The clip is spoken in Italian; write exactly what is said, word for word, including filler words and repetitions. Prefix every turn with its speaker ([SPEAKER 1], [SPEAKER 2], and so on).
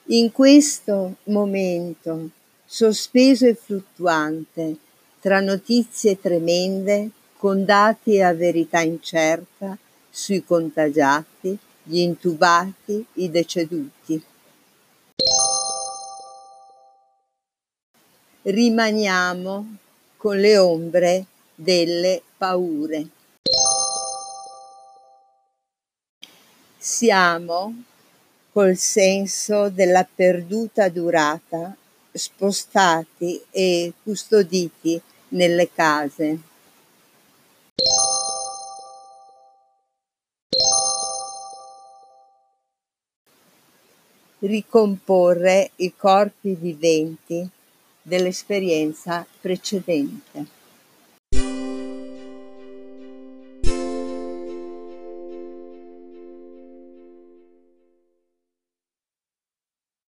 [SPEAKER 1] In questo momento, sospeso e fluttuante, tra notizie tremende, con dati a verità incerta, sui contagiati, gli intubati, i deceduti. Rimaniamo con le ombre delle paure. Siamo col senso della perduta durata, spostati e custoditi nelle case. Ricomporre i corpi viventi dell'esperienza precedente.